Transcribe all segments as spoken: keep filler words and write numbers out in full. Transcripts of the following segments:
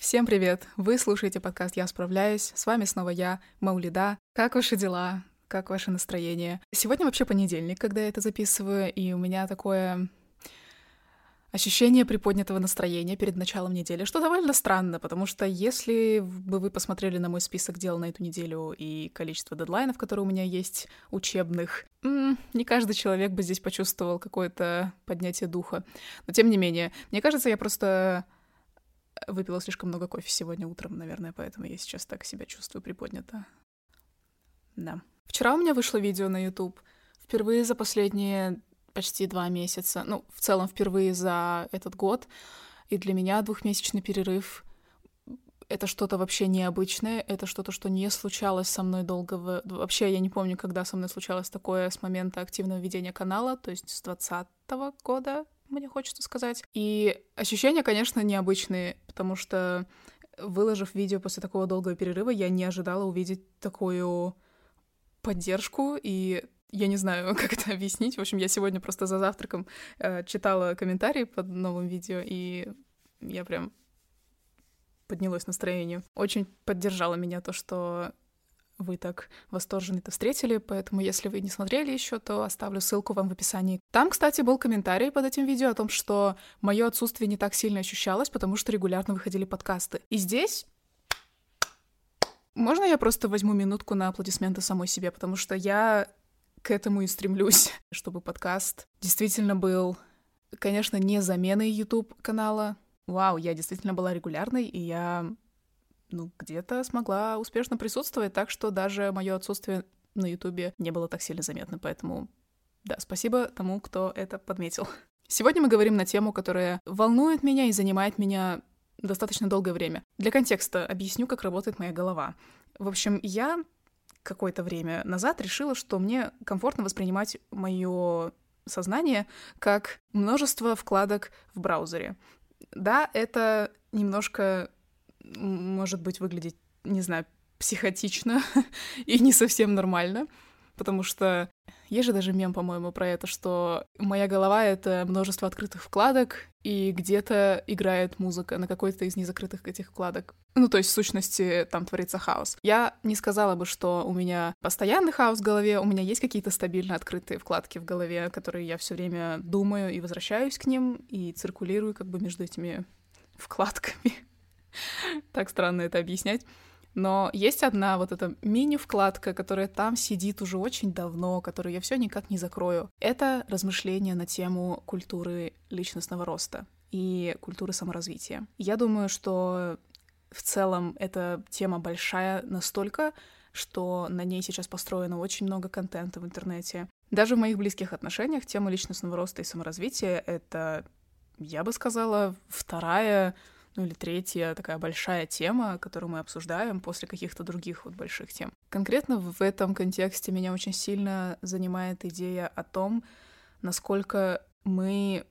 Всем привет! Вы слушаете подкаст «Я справляюсь». С вами снова я, Маулида. Как ваши дела? Как ваше настроение? Сегодня вообще понедельник, когда я это записываю, и у меня такое ощущение приподнятого настроения перед началом недели, что довольно странно, потому что если бы вы посмотрели на мой список дел на эту неделю и количество дедлайнов, которые у меня есть, учебных, м- не каждый человек бы здесь почувствовал какое-то поднятие духа. Но тем не менее, мне кажется, я просто выпила слишком много кофе сегодня утром, наверное, поэтому я сейчас так себя чувствую приподнято. Да. Вчера у меня вышло видео на YouTube. Впервые за последние почти два месяца. Ну, в целом, впервые за этот год. И для меня двухмесячный перерыв — это что-то вообще необычное. Это что-то, что не случалось со мной долго. В... Вообще, я не помню, когда со мной случалось такое с момента активного ведения канала, то есть с двадцатого года, мне хочется сказать. И ощущения, конечно, необычные, потому что, выложив видео после такого долгого перерыва, я не ожидала увидеть такую поддержку, и я не знаю, как это объяснить. В общем, я сегодня просто за завтраком э, читала комментарии под новым видео, и я прям поднялось настроение. Очень поддержало меня то, что вы так восторженно это встретили, поэтому если вы не смотрели еще, то оставлю ссылку вам в описании. Там, кстати, был комментарий под этим видео о том, что мое отсутствие не так сильно ощущалось, потому что регулярно выходили подкасты. И здесь можно я просто возьму минутку на аплодисменты самой себе, потому что я к этому и стремлюсь, чтобы подкаст действительно был, конечно, не заменой YouTube-канала. Вау, я действительно была регулярной, и я, ну, где-то смогла успешно присутствовать, так что даже мое отсутствие на YouTube не было так сильно заметно, поэтому, да, спасибо тому, кто это подметил. Сегодня мы говорим на тему, которая волнует меня и занимает меня достаточно долгое время. Для контекста объясню, как работает моя голова. В общем, я какое-то время назад решила, что мне комфортно воспринимать мое сознание как множество вкладок в браузере. Да, это немножко, может быть, выглядеть, не знаю, психотично и не совсем нормально, потому что есть же даже мем, по-моему, про это, что моя голова — это множество открытых вкладок, и где-то играет музыка на какой-то из незакрытых этих вкладок. Ну, то есть, в сущности, там творится хаос. Я не сказала бы, что у меня постоянный хаос в голове, у меня есть какие-то стабильно открытые вкладки в голове, которые я все время думаю и возвращаюсь к ним, и циркулирую как бы между этими вкладками. Так странно это объяснять. Но есть одна вот эта мини-вкладка, которая там сидит уже очень давно, которую я все никак не закрою. Это размышления на тему культуры личностного роста и культуры саморазвития. Я думаю, что в целом эта тема большая настолько, что на ней сейчас построено очень много контента в интернете. Даже в моих близких отношениях тема личностного роста и саморазвития — это, я бы сказала, вторая, ну или третья такая большая тема, которую мы обсуждаем после каких-то других вот больших тем. Конкретно в этом контексте меня очень сильно занимает идея о том, насколько мы,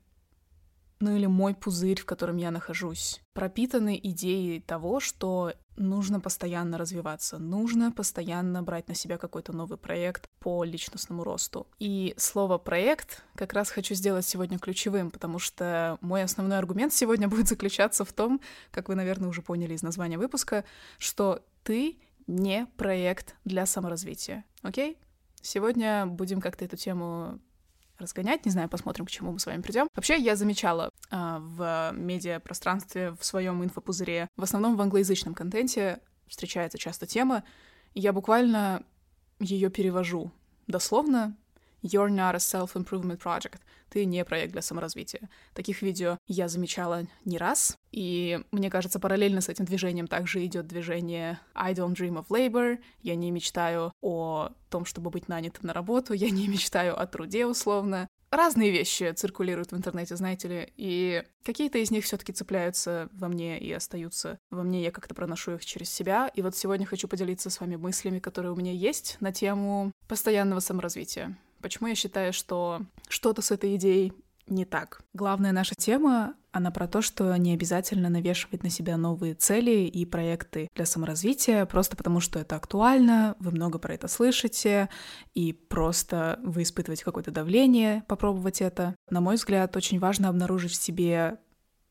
ну или мой пузырь, в котором я нахожусь, пропитаны идеей того, что нужно постоянно развиваться, нужно постоянно брать на себя какой-то новый проект по личностному росту. И слово «проект» как раз хочу сделать сегодня ключевым, потому что мой основной аргумент сегодня будет заключаться в том, как вы, наверное, уже поняли из названия выпуска, что ты не проект для саморазвития. Окей? Сегодня будем как-то эту тему разгонять, не знаю, посмотрим, к чему мы с вами придем. Вообще, я замечала э, в медиапространстве, в своем инфопузыре, в основном в англоязычном контенте встречается часто тема, и я буквально ее перевожу дословно: «You're not a self-improvement project». Ты не проект для саморазвития. Таких видео я замечала не раз, и мне кажется, параллельно с этим движением также идет движение «I don't dream of labor», я не мечтаю о том, чтобы быть нанятым на работу, я не мечтаю о труде условно. Разные вещи циркулируют в интернете, знаете ли, и какие-то из них все-таки цепляются во мне и остаются во мне, я как-то проношу их через себя. И вот сегодня хочу поделиться с вами мыслями, которые у меня есть на тему постоянного саморазвития. Почему я считаю, что что-то с этой идеей не так. Главная наша тема, она про то, что не обязательно навешивать на себя новые цели и проекты для саморазвития, просто потому что это актуально, вы много про это слышите, и просто вы испытываете какое-то давление попробовать это. На мой взгляд, очень важно обнаружить в себе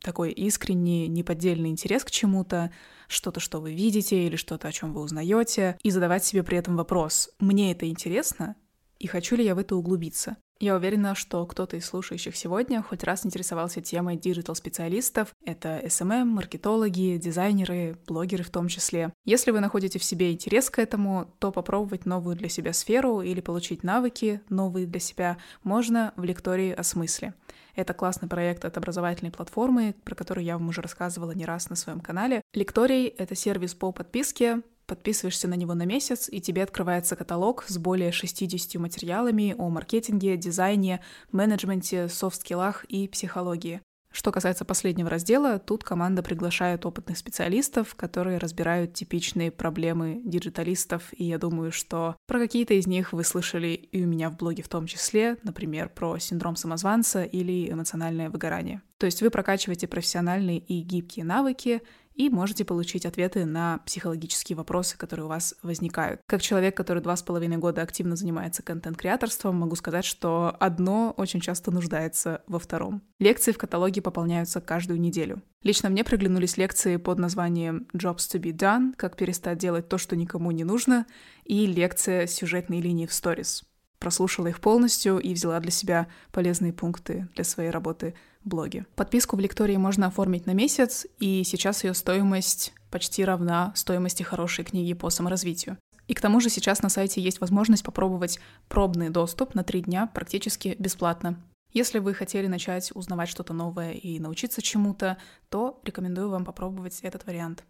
такой искренний, неподдельный интерес к чему-то, что-то, что вы видите, или что-то, о чем вы узнаете, и задавать себе при этом вопрос: мне это интересно, и хочу ли я в это углубиться? Я уверена, что кто-то из слушающих сегодня хоть раз интересовался темой диджитал-специалистов. Это эс эм эм, маркетологи, дизайнеры, блогеры в том числе. Если вы находите в себе интерес к этому, то попробовать новую для себя сферу или получить навыки новые для себя можно в лектории о смысле. Это классный проект от образовательной платформы, про который я вам уже рассказывала не раз на своем канале. Лекторий — это сервис по подписке. Подписываешься на него на месяц, и тебе открывается каталог с более шестьюдесятью материалами о маркетинге, дизайне, менеджменте, софт-скиллах и психологии. Что касается последнего раздела, тут команда приглашает опытных специалистов, которые разбирают типичные проблемы диджиталистов, и я думаю, что про какие-то из них вы слышали и у меня в блоге в том числе, например, про синдром самозванца или эмоциональное выгорание. То есть вы прокачиваете профессиональные и гибкие навыки и можете получить ответы на психологические вопросы, которые у вас возникают. Как человек, который два с половиной года активно занимается контент-креаторством, могу сказать, что одно очень часто нуждается во втором. Лекции в каталоге пополняются каждую неделю. Лично мне приглянулись лекции под названием «Jobs to be done», «Как перестать делать то, что никому не нужно», и лекция «Сюжетные линии в сторис». Прослушала их полностью и взяла для себя полезные пункты для своей работы в блоге. Подписку в лектории можно оформить на месяц, и сейчас ее стоимость почти равна стоимости хорошей книги по саморазвитию. И к тому же сейчас на сайте есть возможность попробовать пробный доступ на три дня практически бесплатно. Если вы хотели начать узнавать что-то новое и научиться чему-то, то рекомендую вам попробовать этот вариант.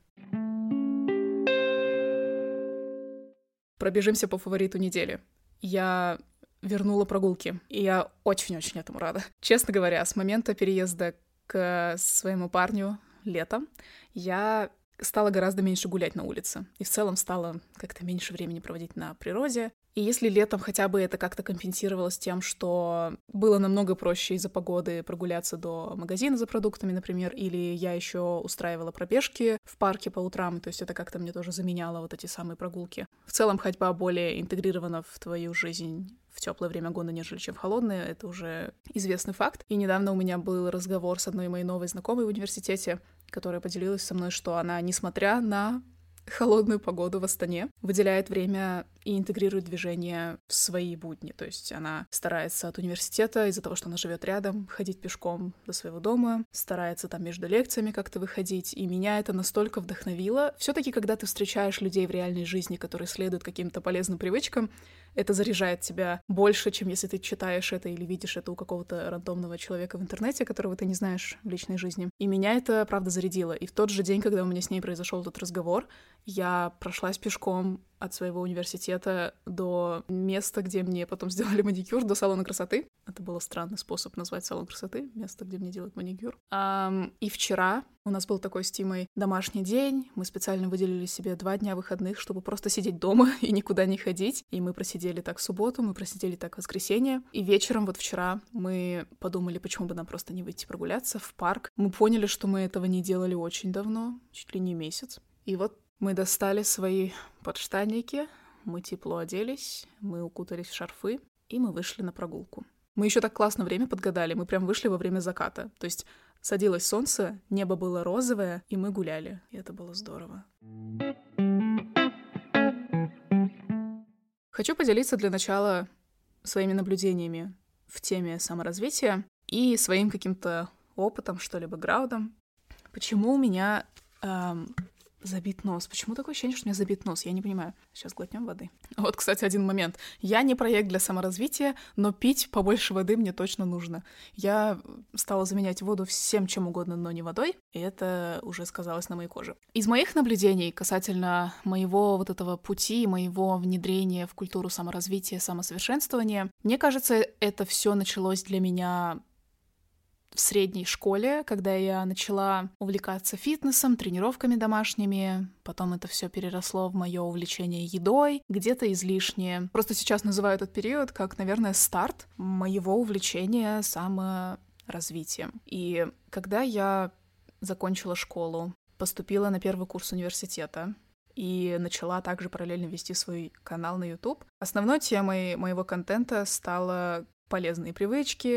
Пробежимся по фавориту недели. Я вернула прогулки, и я очень-очень этому рада. Честно говоря, с момента переезда к своему парню летом я стала гораздо меньше гулять на улице, и в целом стала как-то меньше времени проводить на природе. И если летом хотя бы это как-то компенсировалось тем, что было намного проще из-за погоды прогуляться до магазина за продуктами, например, или я еще устраивала пробежки в парке по утрам, то есть это как-то мне тоже заменяло вот эти самые прогулки. В целом ходьба более интегрирована в твою жизнь в теплое время года, нежели чем в холодное, это уже известный факт. И недавно у меня был разговор с одной моей новой знакомой в университете, которая поделилась со мной, что она, несмотря на холодную погоду в Астане, выделяет время и интегрирует движение в свои будни. То есть она старается от университета, из-за того, что она живет рядом, ходить пешком до своего дома, старается там между лекциями как-то выходить. И меня это настолько вдохновило. Все-таки, когда ты встречаешь людей в реальной жизни, которые следуют каким-то полезным привычкам, это заряжает тебя больше, чем если ты читаешь это или видишь это у какого-то рандомного человека в интернете, которого ты не знаешь в личной жизни. И меня это, правда, зарядило. И в тот же день, когда у меня с ней произошел этот разговор, я прошлась пешком от своего университета до места, где мне потом сделали маникюр, до салона красоты. Это был странный способ назвать салон красоты, место, где мне делают маникюр. Um, и вчера у нас был такой с Тимой домашний день. Мы специально выделили себе два дня выходных, чтобы просто сидеть дома и никуда не ходить. И мы просидели так в субботу, мы просидели так в воскресенье. И вечером вот вчера мы подумали, почему бы нам просто не выйти прогуляться в парк. Мы поняли, что мы этого не делали очень давно, чуть ли не месяц. И вот мы достали свои подштанники, мы тепло оделись, мы укутались в шарфы, и мы вышли на прогулку. Мы еще так классно время подгадали, мы прям вышли во время заката. То есть садилось солнце, небо было розовое, и мы гуляли. И это было здорово. Хочу поделиться для начала своими наблюдениями в теме саморазвития и своим каким-то опытом, что ли, бэкграундом. Почему у меня эм, забит нос? Почему такое ощущение, что у меня забит нос? Я не понимаю. Сейчас глотнем воды. Вот, кстати, один момент. Я не проект для саморазвития, но пить побольше воды мне точно нужно. Я стала заменять воду всем чем угодно, но не водой, и это уже сказалось на моей коже. Из моих наблюдений касательно моего вот этого пути, моего внедрения в культуру саморазвития, самосовершенствования, мне кажется, это все началось для меня в средней школе, когда я начала увлекаться фитнесом, тренировками домашними, потом это все переросло в мое увлечение едой, где-то излишнее. Просто сейчас называю этот период как, наверное, старт моего увлечения саморазвитием. И когда я закончила школу, поступила на первый курс университета и начала также параллельно вести свой канал на YouTube, основной темой моего контента стало полезные привычки,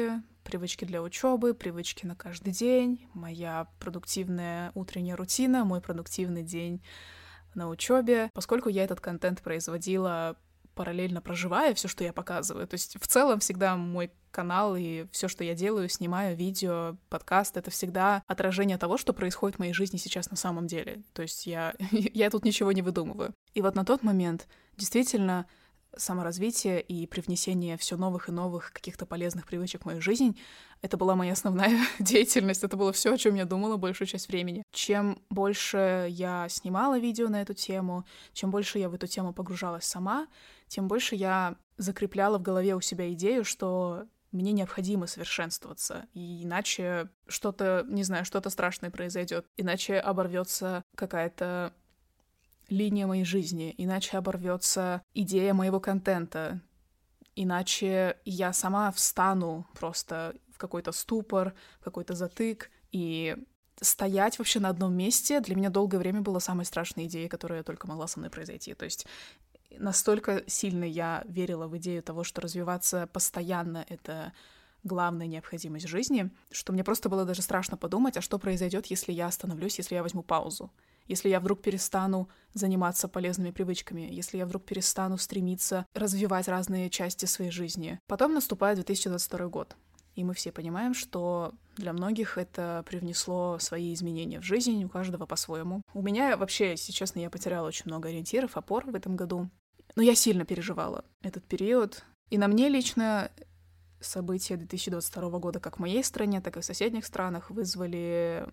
привычки для учебы, привычки на каждый день, моя продуктивная утренняя рутина, мой продуктивный день на учебе, поскольку я этот контент производила параллельно проживая все, что я показываю. То есть в целом всегда мой канал и все, что я делаю, снимаю, видео, подкаст, это всегда отражение того, что происходит в моей жизни сейчас на самом деле. То есть я, я тут ничего не выдумываю. И вот на тот момент действительно саморазвитие и привнесение все новых и новых каких-то полезных привычек в мою жизнь — это была моя основная деятельность, это было все, о чем я думала большую часть времени. Чем больше я снимала видео на эту тему, чем больше я в эту тему погружалась сама, тем больше я закрепляла в голове у себя идею, что мне необходимо совершенствоваться, и иначе что-то, не знаю, что-то страшное произойдет, иначе оборвется какая-то линия моей жизни, иначе оборвется идея моего контента, иначе я сама встану просто в какой-то ступор, в какой-то затык, и стоять вообще на одном месте для меня долгое время было самой страшной идеей, которая только могла со мной произойти. То есть настолько сильно я верила в идею того, что развиваться постоянно — это главная необходимость жизни, что мне просто было даже страшно подумать, а что произойдет, если я остановлюсь, если я возьму паузу. Если я вдруг перестану заниматься полезными привычками, если я вдруг перестану стремиться развивать разные части своей жизни. Потом наступает две тысячи двадцать второй год, и мы все понимаем, что для многих это привнесло свои изменения в жизнь, у каждого по-своему. У меня вообще, если честно, я потеряла очень много ориентиров, опор в этом году. Но я сильно переживала этот период. И на мне лично события две тысячи двадцать второго года как в моей стране, так и в соседних странах вызвали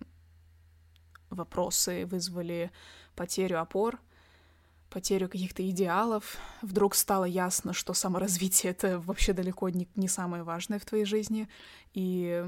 вопросы, вызвали потерю опор, потерю каких-то идеалов. Вдруг стало ясно, что саморазвитие — это вообще далеко не, не самое важное в твоей жизни, и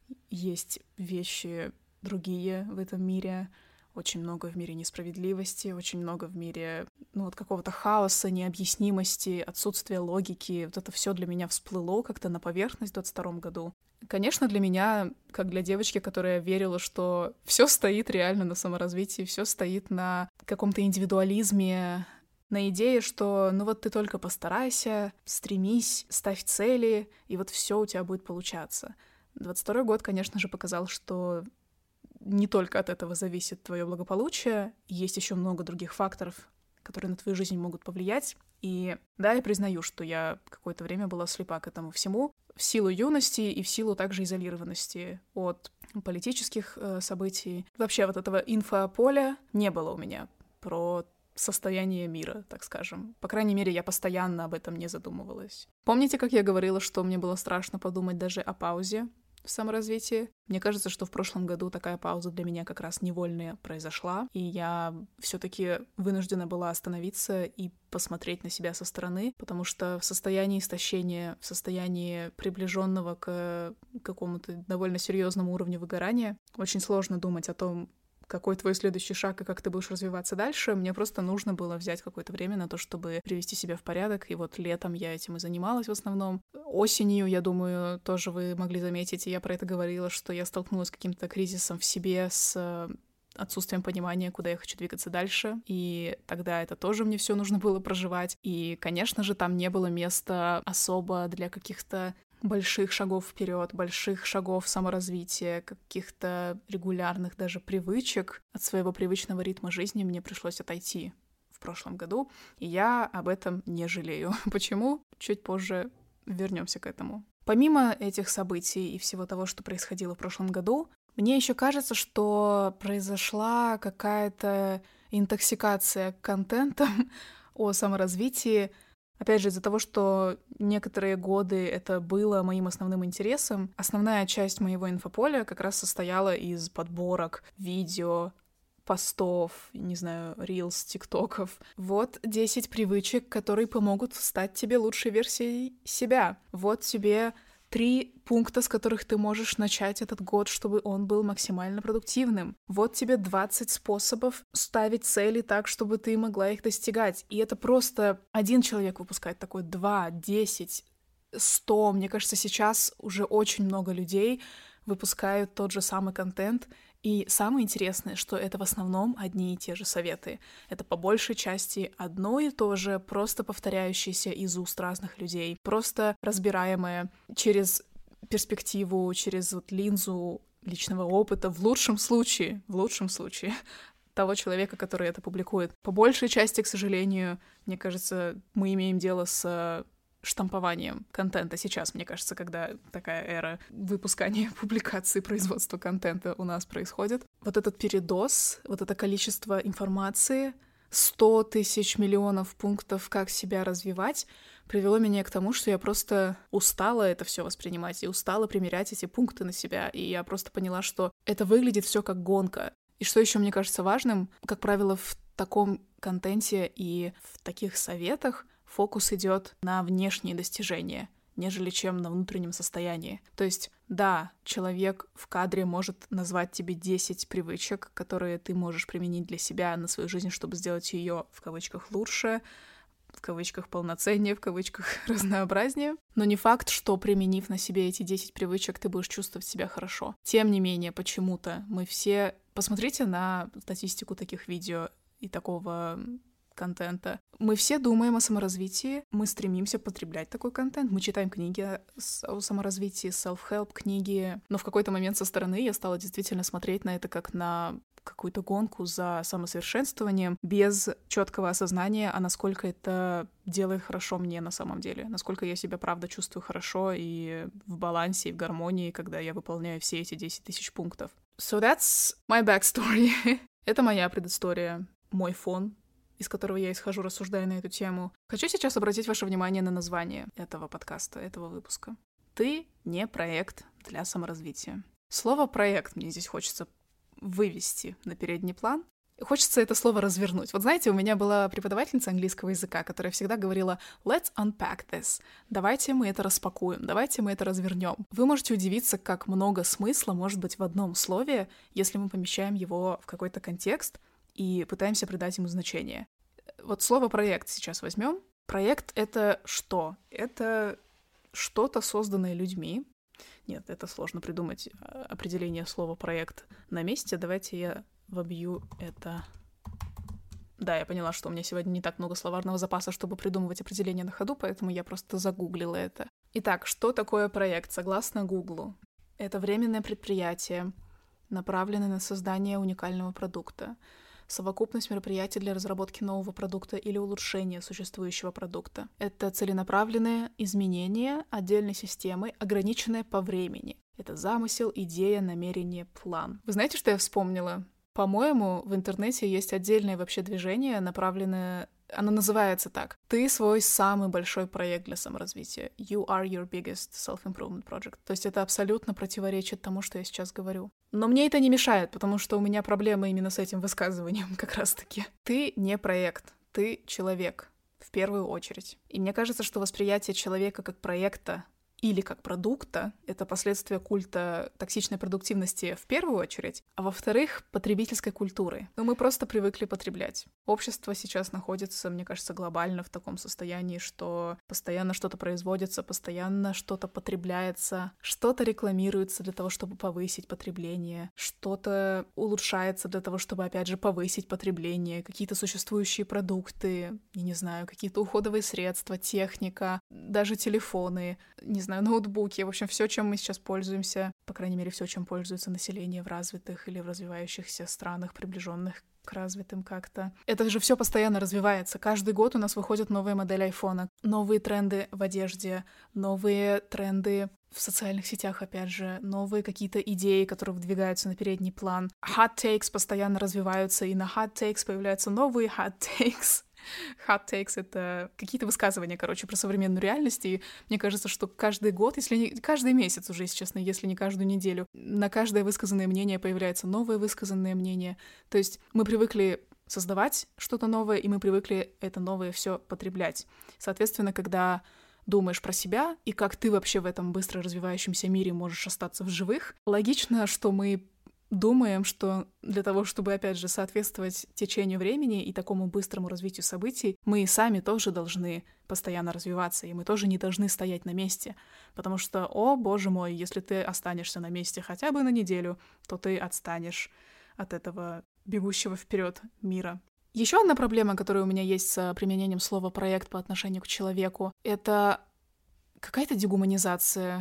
есть вещи другие в этом мире. Очень много в мире несправедливости, очень много в мире, ну, вот какого-то хаоса, необъяснимости, отсутствия логики. Вот это все для меня всплыло как-то на поверхность в двадцать втором году. Конечно, для меня, как для девочки, которая верила, что все стоит реально на саморазвитии, все стоит на каком-то индивидуализме, на идее, что ну вот ты только постарайся, стремись, ставь цели, и вот все у тебя будет получаться. двадцать второй год, конечно же, показал, что не только от этого зависит твое благополучие, есть еще много других факторов, которые на твою жизнь могут повлиять. И да, я признаю, что я какое-то время была слепа к этому всему, в силу юности и в силу также изолированности от политических э, событий. Вообще вот этого инфополя не было у меня про состояние мира, так скажем. По крайней мере, я постоянно об этом не задумывалась. Помните, как я говорила, что мне было страшно подумать даже о паузе в саморазвитии? Мне кажется, что в прошлом году такая пауза для меня как раз невольная произошла, и я все-таки вынуждена была остановиться и посмотреть на себя со стороны, потому что в состоянии истощения, в состоянии приближенного к какому-то довольно серьезному уровню выгорания очень сложно думать о том, какой твой следующий шаг и как ты будешь развиваться дальше. Мне просто нужно было взять какое-то время на то, чтобы привести себя в порядок. И вот летом я этим и занималась в основном. Осенью, я думаю, тоже вы могли заметить, и я про это говорила, что я столкнулась с каким-то кризисом в себе, с отсутствием понимания, куда я хочу двигаться дальше. И тогда это тоже мне все нужно было проживать. И, конечно же, там не было места особо для каких-то больших шагов вперед, больших шагов саморазвития, каких-то регулярных даже привычек от своего привычного ритма жизни мне пришлось отойти в прошлом году, и я об этом не жалею. Почему? Чуть позже вернемся к этому. Помимо этих событий и всего того, что происходило в прошлом году, мне еще кажется, что произошла какая-то интоксикация контентом о саморазвитии. Опять же, из-за того, что некоторые годы это было моим основным интересом, основная часть моего инфополя как раз состояла из подборок видео, постов, не знаю, рилс, тиктоков. Вот десять привычек, которые помогут стать тебе лучшей версией себя. Вот тебе три пункта, с которых ты можешь начать этот год, чтобы он был максимально продуктивным. Вот тебе двадцать способов ставить цели так, чтобы ты могла их достигать. И это просто один человек выпускает такой, два, десять, сто. Мне кажется, сейчас уже очень много людей выпускают тот же самый контент. И самое интересное, что это в основном одни и те же советы. Это по большей части одно и то же, просто повторяющееся из уст разных людей, просто разбираемое через перспективу, через вот линзу личного опыта, в лучшем случае, в лучшем случае, того человека, который это публикует. По большей части, к сожалению, мне кажется, мы имеем дело с штампованием контента сейчас, мне кажется, когда такая эра выпускания, публикации, производства контента у нас происходит. Вот этот передоз, вот это количество информации, сто тысяч миллионов пунктов, как себя развивать, привело меня к тому, что я просто устала это все воспринимать и устала примерять эти пункты на себя. И я просто поняла, что это выглядит все как гонка. И что еще мне кажется важным, как правило, в таком контенте и в таких советах фокус идет на внешние достижения, нежели чем на внутреннем состоянии. То есть, да, человек в кадре может назвать тебе десять привычек, которые ты можешь применить для себя на свою жизнь, чтобы сделать ее в кавычках лучше, в кавычках полноценнее, в кавычках разнообразнее. Но не факт, что, применив на себе эти десять привычек, ты будешь чувствовать себя хорошо. Тем не менее, почему-то мы все... Посмотрите на статистику таких видео и такого контента. Мы все думаем о саморазвитии, мы стремимся потреблять такой контент, мы читаем книги о саморазвитии, self-help книги, но в какой-то момент со стороны я стала действительно смотреть на это как на какую-то гонку за самосовершенствованием без четкого осознания, а насколько это делает хорошо мне на самом деле, насколько я себя правда чувствую хорошо и в балансе, и в гармонии, когда я выполняю все эти десять тысяч пунктов. So that's my backstory. Это моя предыстория, мой фон, из которого я исхожу, рассуждая на эту тему. Хочу сейчас обратить ваше внимание на название этого подкаста, этого выпуска. Ты не проект для саморазвития. Слово «проект» мне здесь хочется вывести на передний план. Хочется это слово развернуть. Вот знаете, у меня была преподавательница английского языка, которая всегда говорила «let's unpack this». Давайте мы это распакуем, давайте мы это развернем. Вы можете удивиться, как много смысла может быть в одном слове, если мы помещаем его в какой-то контекст и пытаемся придать ему значение. Вот слово «проект» сейчас возьмем. Проект — это что? Это что-то, созданное людьми. Нет, это сложно придумать определение слова «проект» на месте. Давайте я вобью это... Да, я поняла, что у меня сегодня не так много словарного запаса, чтобы придумывать определение на ходу, поэтому я просто загуглила это. Итак, что такое проект? Согласно Гуглу, это временное предприятие, направленное на создание уникального продукта, совокупность мероприятий для разработки нового продукта или улучшения существующего продукта. Это целенаправленное изменение отдельной системы, ограниченное по времени. Это замысел, идея, намерение, план. Вы знаете, что я вспомнила? По-моему, в интернете есть отдельное вообще движение, направленное... Оно называется так. Ты свой самый большой проект для саморазвития. You are your biggest self-improvement project. То есть это абсолютно противоречит тому, что я сейчас говорю. Но мне это не мешает, потому что у меня проблемы именно с этим высказыванием как раз-таки. Ты не проект, ты человек в первую очередь. И мне кажется, что восприятие человека как проекта или как продукта — это последствия культа токсичной продуктивности в первую очередь, а во-вторых, потребительской культуры. Но мы просто привыкли потреблять. Общество сейчас находится, мне кажется, глобально в таком состоянии, что постоянно что-то производится, постоянно что-то потребляется, что-то рекламируется для того, чтобы повысить потребление, что-то улучшается для того, чтобы, опять же, повысить потребление, какие-то существующие продукты, я не знаю, какие-то уходовые средства, техника, даже телефоны, не знаю, знаю, ноутбуки, в общем, все, чем мы сейчас пользуемся, по крайней мере, все, чем пользуется население в развитых или в развивающихся странах, приближенных к развитым как-то. Это же все постоянно развивается. Каждый год у нас выходят новые модели айфона, новые тренды в одежде, новые тренды в социальных сетях, опять же, новые какие-то идеи, которые выдвигаются на передний план. Hot takes постоянно развиваются, и на hot takes появляются новые hot takes. Hot takes — это какие-то высказывания, короче, про современную реальность, и мне кажется, что каждый год, если не каждый месяц уже, если честно, если не каждую неделю, на каждое высказанное мнение появляется новое высказанное мнение. То есть мы привыкли создавать что-то новое, и мы привыкли это новое все потреблять. Соответственно, когда думаешь про себя и как ты вообще в этом быстро развивающемся мире можешь остаться в живых, логично, что мы думаем, что для того, чтобы, опять же, соответствовать течению времени и такому быстрому развитию событий, мы и сами тоже должны постоянно развиваться, и мы тоже не должны стоять на месте. Потому что, о, боже мой, если ты останешься на месте хотя бы на неделю, то ты отстанешь от этого бегущего вперед мира. Еще одна проблема, которая у меня есть с применением слова «проект» по отношению к человеку, это какая-то дегуманизация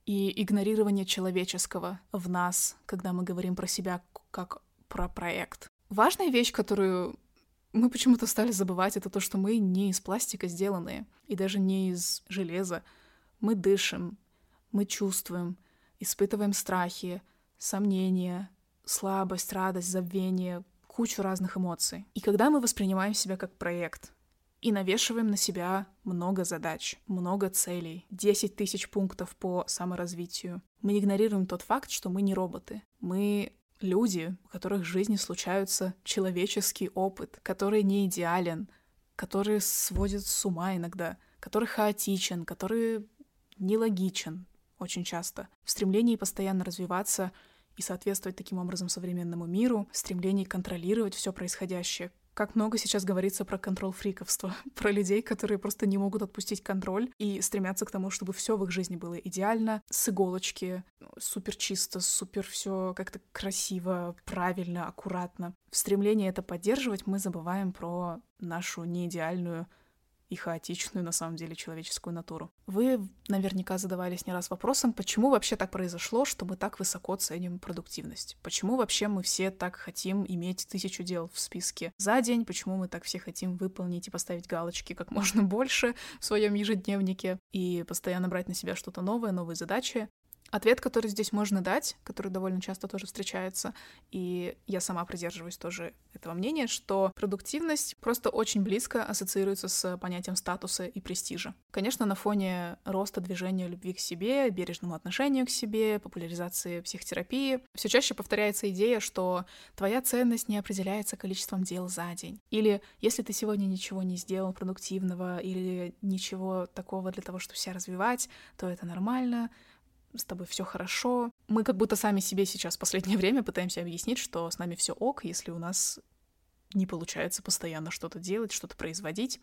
и игнорирование человеческого в нас, когда мы говорим про себя как про проект. Важная вещь, которую мы почему-то стали забывать, это то, что мы не из пластика сделанные, и даже не из железа. Мы дышим, мы чувствуем, испытываем страхи, сомнения, слабость, радость, забвение, кучу разных эмоций. И когда мы воспринимаем себя как проект и навешиваем на себя много задач, много целей, десять тысяч пунктов по саморазвитию, мы игнорируем тот факт, что мы не роботы. Мы люди, у которых в жизни случаются человеческий опыт, который не идеален, который сводит с ума иногда, который хаотичен, который нелогичен очень часто. В стремлении постоянно развиваться и соответствовать таким образом современному миру, в стремлении контролировать все происходящее. Как много сейчас говорится про контрол-фриковство, про людей, которые просто не могут отпустить контроль и стремятся к тому, чтобы все в их жизни было идеально, с иголочки, супер чисто, супер все как-то красиво, правильно, аккуратно. В стремлении это поддерживать мы забываем про нашу неидеальную и хаотичную, на самом деле, человеческую натуру. Вы наверняка задавались не раз вопросом, почему вообще так произошло, что мы так высоко ценим продуктивность? Почему вообще мы все так хотим иметь тысячу дел в списке за день? Почему мы так все хотим выполнить и поставить галочки как можно больше в своем ежедневнике и постоянно брать на себя что-то новое, новые задачи? Ответ, который здесь можно дать, который довольно часто тоже встречается, и я сама придерживаюсь тоже этого мнения, что продуктивность просто очень близко ассоциируется с понятием статуса и престижа. Конечно, на фоне роста движения любви к себе, бережному отношению к себе, популяризации психотерапии, все чаще повторяется идея, что твоя ценность не определяется количеством дел за день. Или если ты сегодня ничего не сделал продуктивного или ничего такого для того, чтобы себя развивать, то это нормально, с тобой все хорошо. Мы как будто сами себе сейчас в последнее время пытаемся объяснить, что с нами все ок, если у нас не получается постоянно что-то делать, что-то производить.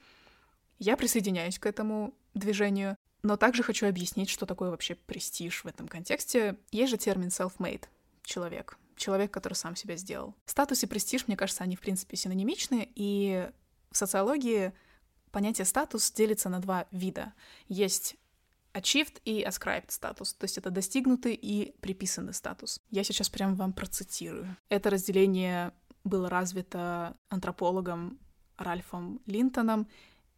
Я присоединяюсь к этому движению, но также хочу объяснить, что такое вообще престиж в этом контексте. Есть же термин self-made — человек. Человек, который сам себя сделал. Статус и престиж, мне кажется, они в принципе синонимичны, и в социологии понятие статус делится на два вида. Есть achieved и ascribed статус, то есть это достигнутый и приписанный статус. Я сейчас прям вам процитирую. Это разделение было развито антропологом Ральфом Линтоном,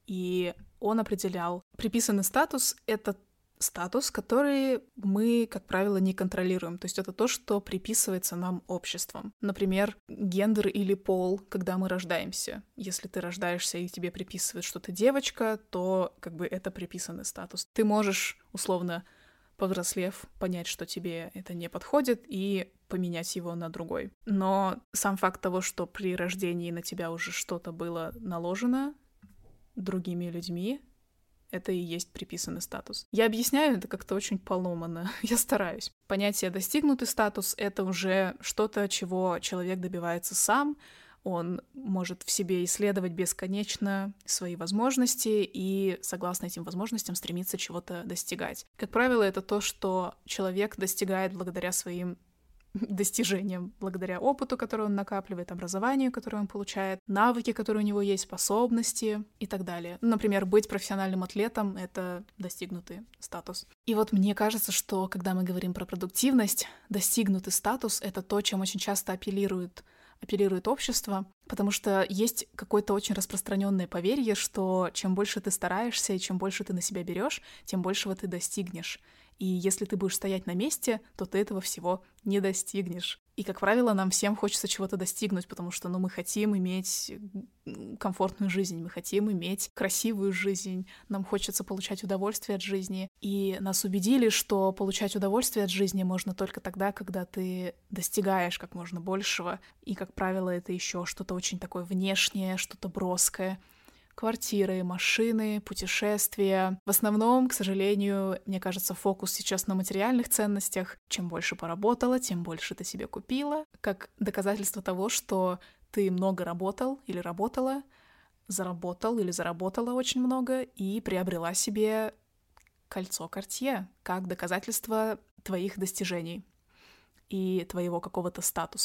и он определял, приписанный статус — это статус, который мы, как правило, не контролируем. То есть это то, что приписывается нам обществом. Например, гендер или пол, когда мы рождаемся. Если ты рождаешься и тебе приписывают, что ты девочка, то как бы это приписанный статус. Ты можешь, условно, повзрослев, понять, что тебе это не подходит, и поменять его на другой. Но сам факт того, что при рождении на тебя уже что-то было наложено другими людьми, это и есть приписанный статус. Я объясняю это как-то очень поломанно. Я стараюсь. Понятие «достигнутый статус» — это уже что-то, чего человек добивается сам. Он может в себе исследовать бесконечно свои возможности и, согласно этим возможностям, стремиться чего-то достигать. Как правило, это то, что человек достигает благодаря своим достижениям, благодаря опыту, который он накапливает, образованию, которое он получает, навыки, которые у него есть, способности и так далее. Например, быть профессиональным атлетом — это достигнутый статус. И вот мне кажется, что когда мы говорим про продуктивность, достигнутый статус — это то, чем очень часто апеллирует апеллирует общество, потому что есть какое-то очень распространенное поверье, что чем больше ты стараешься и чем больше ты на себя берешь, тем большего ты достигнешь. И если ты будешь стоять на месте, то ты этого всего не достигнешь. И, как правило, нам всем хочется чего-то достигнуть, потому что ну, мы хотим иметь комфортную жизнь, мы хотим иметь красивую жизнь, нам хочется получать удовольствие от жизни. И нас убедили, что получать удовольствие от жизни можно только тогда, когда ты достигаешь как можно большего. И, как правило, это еще что-то очень такое внешнее, что-то броское. Квартиры, машины, путешествия. В основном, к сожалению, мне кажется, фокус сейчас на материальных ценностях. Чем больше поработала, тем больше ты себе купила. Как доказательство того, что ты много работал или работала, заработал или заработала очень много и приобрела себе кольцо Cartier как доказательство твоих достижений и твоего какого-то статуса.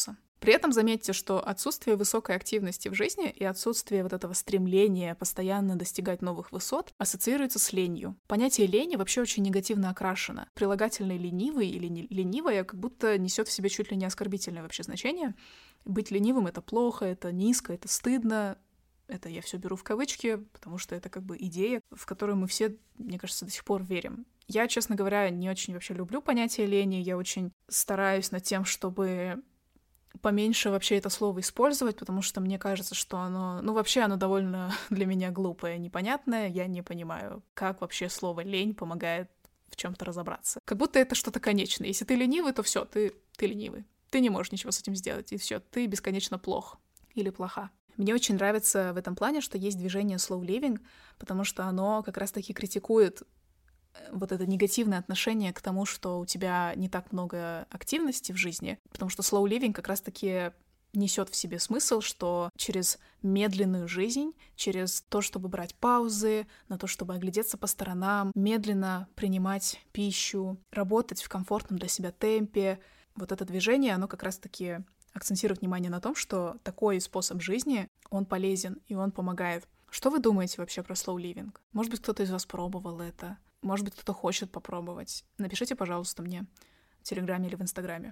При этом заметьте, что отсутствие высокой активности в жизни и отсутствие вот этого стремления постоянно достигать новых высот ассоциируется с ленью. Понятие лени вообще очень негативно окрашено. Прилагательное «ленивый» или не- «ленивая» как будто несет в себе чуть ли не оскорбительное вообще значение. Быть ленивым — это плохо, это низко, это стыдно. Это я все беру в кавычки, потому что это как бы идея, в которую мы все, мне кажется, до сих пор верим. Я, честно говоря, не очень вообще люблю понятие лени. Я очень стараюсь над тем, чтобы поменьше вообще это слово использовать, потому что мне кажется, что оно... Ну, вообще оно довольно для меня глупое, непонятное. Я не понимаю, как вообще слово «лень» помогает в чем то разобраться. Как будто это что-то конечное. Если ты ленивый, то все, ты, ты ленивый. Ты не можешь ничего с этим сделать, и все, ты бесконечно плох или плоха. Мне очень нравится в этом плане, что есть движение slow living, потому что оно как раз-таки критикует вот это негативное отношение к тому, что у тебя не так много активности в жизни, потому что slow living как раз-таки несет в себе смысл, что через медленную жизнь, через то, чтобы брать паузы, на то, чтобы оглядеться по сторонам, медленно принимать пищу, работать в комфортном для себя темпе, вот это движение, оно как раз-таки акцентирует внимание на том, что такой способ жизни, он полезен и он помогает. Что вы думаете вообще про slow living? Может быть, кто-то из вас пробовал это? Может быть, кто-то хочет попробовать? Напишите, пожалуйста, мне в Телеграме или в Инстаграме.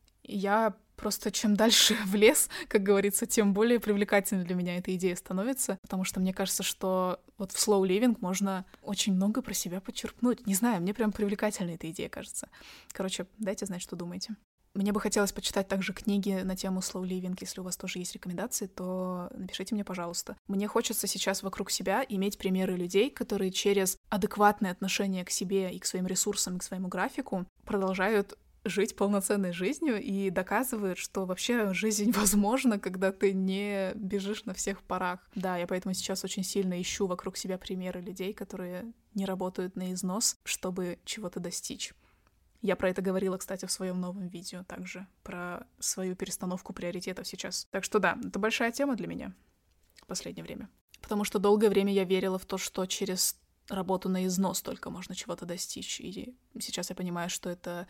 Я просто чем дальше в лес, как говорится, тем более привлекательной для меня эта идея становится, потому что мне кажется, что вот в slow living можно очень много про себя подчеркнуть. Не знаю, мне прям привлекательная эта идея кажется. Короче, дайте знать, что думаете. Мне бы хотелось почитать также книги на тему slow living. Если у вас тоже есть рекомендации, то напишите мне, пожалуйста. Мне хочется сейчас вокруг себя иметь примеры людей, которые через адекватное отношение к себе и к своим ресурсам, и к своему графику продолжают жить полноценной жизнью и доказывают, что вообще жизнь возможна, когда ты не бежишь на всех парах. Да, я поэтому сейчас очень сильно ищу вокруг себя примеры людей, которые не работают на износ, чтобы чего-то достичь. Я про это говорила, кстати, в своем новом видео также, про свою перестановку приоритетов сейчас. Так что да, это большая тема для меня в последнее время. Потому что долгое время я верила в то, что через работу на износ только можно чего-то достичь. И сейчас я понимаю, что это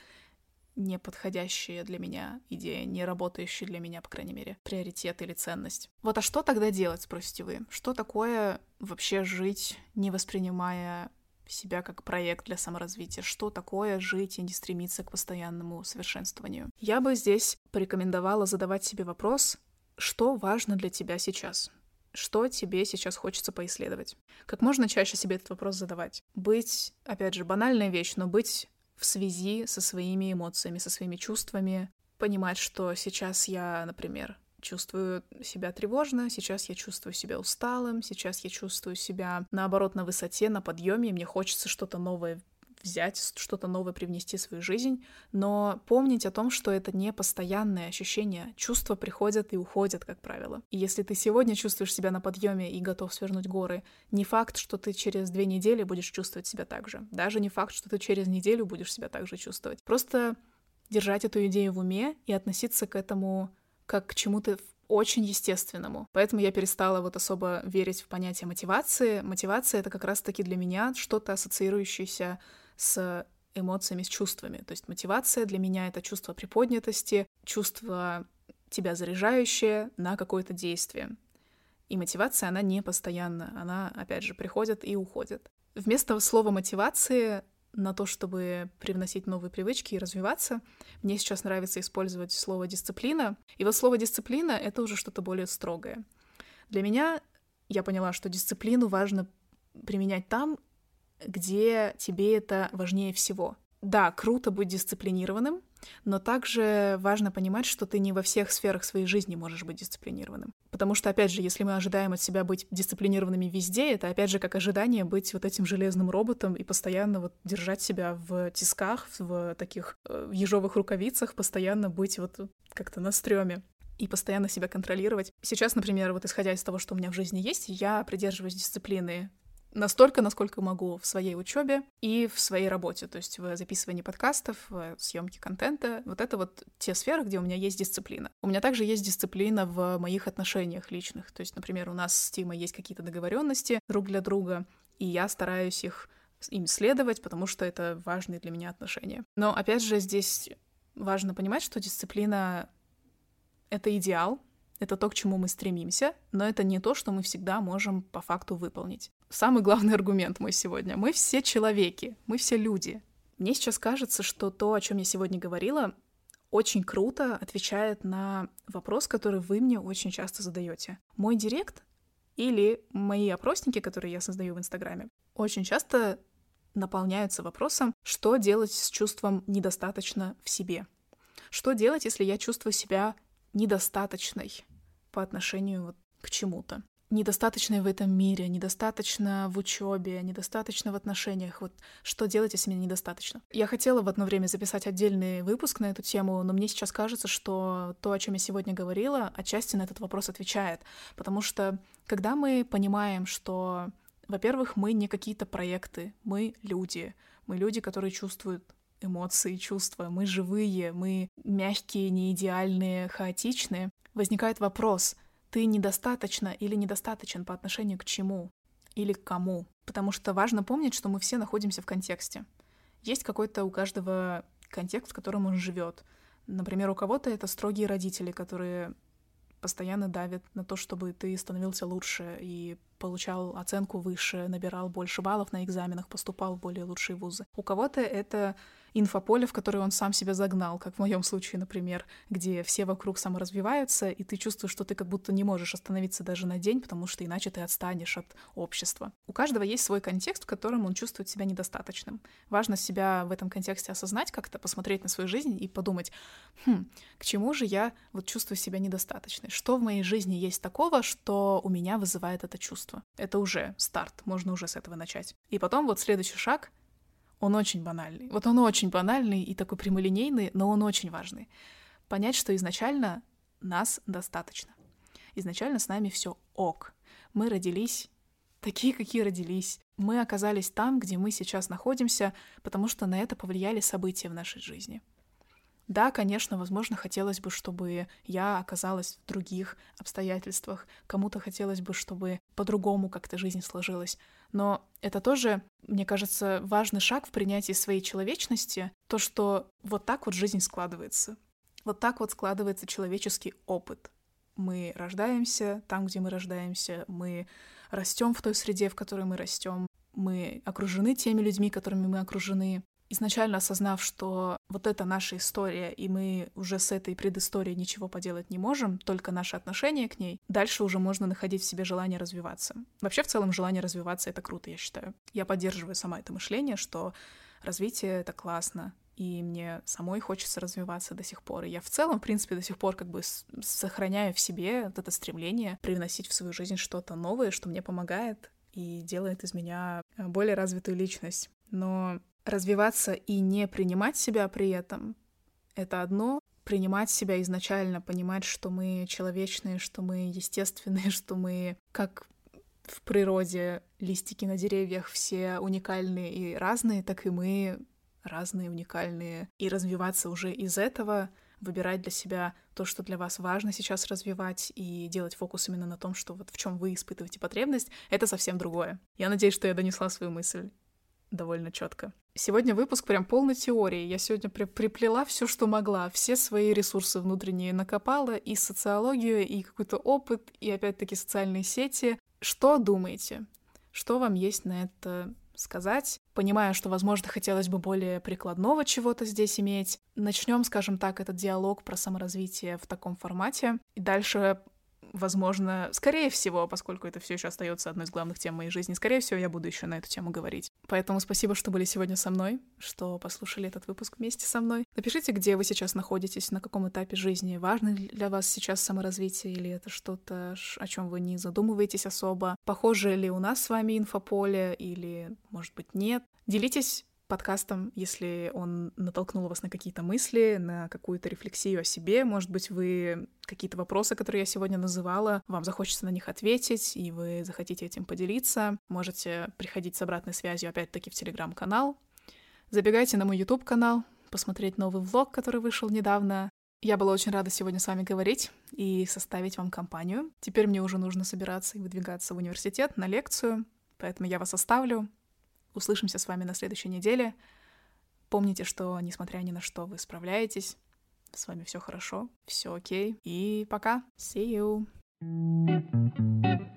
не подходящая для меня идея, не работающая для меня, по крайней мере, приоритет или ценность. Вот а что тогда делать, спросите вы? Что такое вообще жить, не воспринимая себя как проект для саморазвития? Что такое жить и не стремиться к постоянному совершенствованию? Я бы здесь порекомендовала задавать себе вопрос, что важно для тебя сейчас? Что тебе сейчас хочется поисследовать? Как можно чаще себе этот вопрос задавать? Быть, опять же, банальная вещь, но быть в связи со своими эмоциями, со своими чувствами, понимать, что сейчас я, например, чувствую себя тревожно, сейчас я чувствую себя усталым, сейчас я чувствую себя, наоборот, на высоте, на подъеме, и мне хочется что-то новое взять, что-то новое привнести в свою жизнь, но помнить о том, что это не постоянное ощущение. Чувства приходят и уходят, как правило. И если ты сегодня чувствуешь себя на подъеме и готов свернуть горы, не факт, что ты через две недели будешь чувствовать себя так же. Даже не факт, что ты через неделю будешь себя так же чувствовать. Просто держать эту идею в уме и относиться к этому как к чему-то очень естественному. Поэтому я перестала вот особо верить в понятие мотивации. Мотивация — это как раз-таки для меня что-то ассоциирующееся с эмоциями, с чувствами. То есть мотивация для меня — это чувство приподнятости, чувство тебя заряжающее на какое-то действие. И мотивация, она не постоянна. Она, опять же, приходит и уходит. Вместо слова «мотивации» на то, чтобы привносить новые привычки и развиваться, мне сейчас нравится использовать слово «дисциплина». И вот слово «дисциплина» — это уже что-то более строгое. Для меня я поняла, что дисциплину важно применять там, где тебе это важнее всего. Да, круто быть дисциплинированным, но также важно понимать, что ты не во всех сферах своей жизни можешь быть дисциплинированным. Потому что, опять же, если мы ожидаем от себя быть дисциплинированными везде, это, опять же, как ожидание быть вот этим железным роботом и постоянно вот держать себя в тисках, в таких э, ежовых рукавицах, постоянно быть вот как-то на стрёме и постоянно себя контролировать. Сейчас, например, вот исходя из того, что у меня в жизни есть, я придерживаюсь дисциплины настолько, насколько могу в своей учебе и в своей работе, то есть в записывании подкастов, в съемке контента. Вот это вот те сферы, где у меня есть дисциплина. У меня также есть дисциплина в моих отношениях личных. То есть, например, у нас с Тимой есть какие-то договоренности друг для друга, и я стараюсь их им следовать, потому что это важные для меня отношения. Но, опять же, здесь важно понимать, что дисциплина это идеал, это то, к чему мы стремимся, но это не то, что мы всегда можем по факту выполнить. Самый главный аргумент мой сегодня. Мы все человеки, мы все люди. Мне сейчас кажется, что то, о чем я сегодня говорила, очень круто отвечает на вопрос, который вы мне очень часто задаете. Мой директ или мои опросники, которые я создаю в Инстаграме, очень часто наполняются вопросом, что делать с чувством недостаточно в себе. Что делать, если я чувствую себя недостаточной по отношению вот к чему-то? Недостаточной в этом мире, недостаточно в учебе, недостаточно в отношениях. Вот что делать, если меня недостаточно? Я хотела в одно время записать отдельный выпуск на эту тему, но мне сейчас кажется, что то, о чем я сегодня говорила, отчасти на этот вопрос отвечает. Потому что когда мы понимаем, что, во-первых, мы не какие-то проекты, мы люди. Мы люди, которые чувствуют эмоции, чувства. Мы живые, мы мягкие, неидеальные, хаотичные. Возникает вопрос: ты недостаточно или недостаточен по отношению к чему или к кому? Потому что важно помнить, что мы все находимся в контексте. Есть какой-то у каждого контекст, в котором он живет. Например, у кого-то это строгие родители, которые постоянно давят на то, чтобы ты становился лучше и получал оценку выше, набирал больше баллов на экзаменах, поступал в более лучшие вузы. У кого-то это инфополе, в которое он сам себя загнал, как в моем случае, например, где все вокруг саморазвиваются, и ты чувствуешь, что ты как будто не можешь остановиться даже на день, потому что иначе ты отстанешь от общества. У каждого есть свой контекст, в котором он чувствует себя недостаточным. Важно себя в этом контексте осознать как-то, посмотреть на свою жизнь и подумать: хм, к чему же я вот чувствую себя недостаточной? Что в моей жизни есть такого, что у меня вызывает это чувство? Это уже старт, можно уже с этого начать. И потом вот следующий шаг — он очень банальный. Вот он очень банальный и такой прямолинейный, но он очень важный. Понять, что изначально нас достаточно. Изначально с нами все ок. Мы родились такие, какие родились. Мы оказались там, где мы сейчас находимся, потому что на это повлияли события в нашей жизни. Да, конечно, возможно, хотелось бы, чтобы я оказалась в других обстоятельствах. Кому-то хотелось бы, чтобы по-другому как-то жизнь сложилась. Но это тоже, мне кажется, важный шаг в принятии своей человечности. То, что вот так вот жизнь складывается. Вот так вот складывается человеческий опыт. Мы рождаемся там, где мы рождаемся. Мы растем в той среде, в которой мы растем. Мы окружены теми людьми, которыми мы окружены. Изначально осознав, что вот это наша история, и мы уже с этой предысторией ничего поделать не можем, только наше отношение к ней, дальше уже можно находить в себе желание развиваться. Вообще, в целом, желание развиваться — это круто, я считаю. Я поддерживаю сама это мышление, что развитие — это классно, и мне самой хочется развиваться до сих пор. И я в целом, в принципе, до сих пор как бы сохраняю в себе вот это стремление привносить в свою жизнь что-то новое, что мне помогает и делает из меня более развитую личность. Но развиваться и не принимать себя при этом — это одно. Принимать себя изначально, понимать, что мы человечные, что мы естественные, что мы, как в природе, листики на деревьях, все уникальные и разные, так и мы разные, уникальные. И развиваться уже из этого, выбирать для себя то, что для вас важно сейчас развивать, и делать фокус именно на том, что вот в чем вы испытываете потребность, это совсем другое. Я надеюсь, что я донесла свою мысль довольно четко. Сегодня выпуск прям полный теории. Я сегодня при- приплела все, что могла. Все свои ресурсы внутренние накопала, и социологию, и какой-то опыт, и опять-таки социальные сети. Что думаете? Что вам есть на это сказать? Понимаю, что, возможно, хотелось бы более прикладного чего-то здесь иметь. Начнем, скажем так, этот диалог про саморазвитие в таком формате. И дальше, возможно, скорее всего, поскольку это все еще остается одной из главных тем моей жизни, скорее всего, я буду еще на эту тему говорить. Поэтому спасибо, что были сегодня со мной, что послушали этот выпуск вместе со мной. Напишите, где вы сейчас находитесь, на каком этапе жизни, важно ли для вас сейчас саморазвитие, или это что-то, о чем вы не задумываетесь особо. Похоже ли у нас с вами инфополе, или, может быть, нет. Делитесь подкастом, если он натолкнул вас на какие-то мысли, на какую-то рефлексию о себе. Может быть, вы какие-то вопросы, которые я сегодня называла, вам захочется на них ответить, и вы захотите этим поделиться. Можете приходить с обратной связью, опять-таки, в Телеграм-канал. Забегайте на мой YouTube-канал, посмотреть новый влог, который вышел недавно. Я была очень рада сегодня с вами говорить и составить вам компанию. Теперь мне уже нужно собираться и выдвигаться в университет на лекцию, поэтому я вас оставлю. Услышимся с вами на следующей неделе. Помните, что, несмотря ни на что, вы справляетесь. с вами все хорошо, все окей. И пока. See you.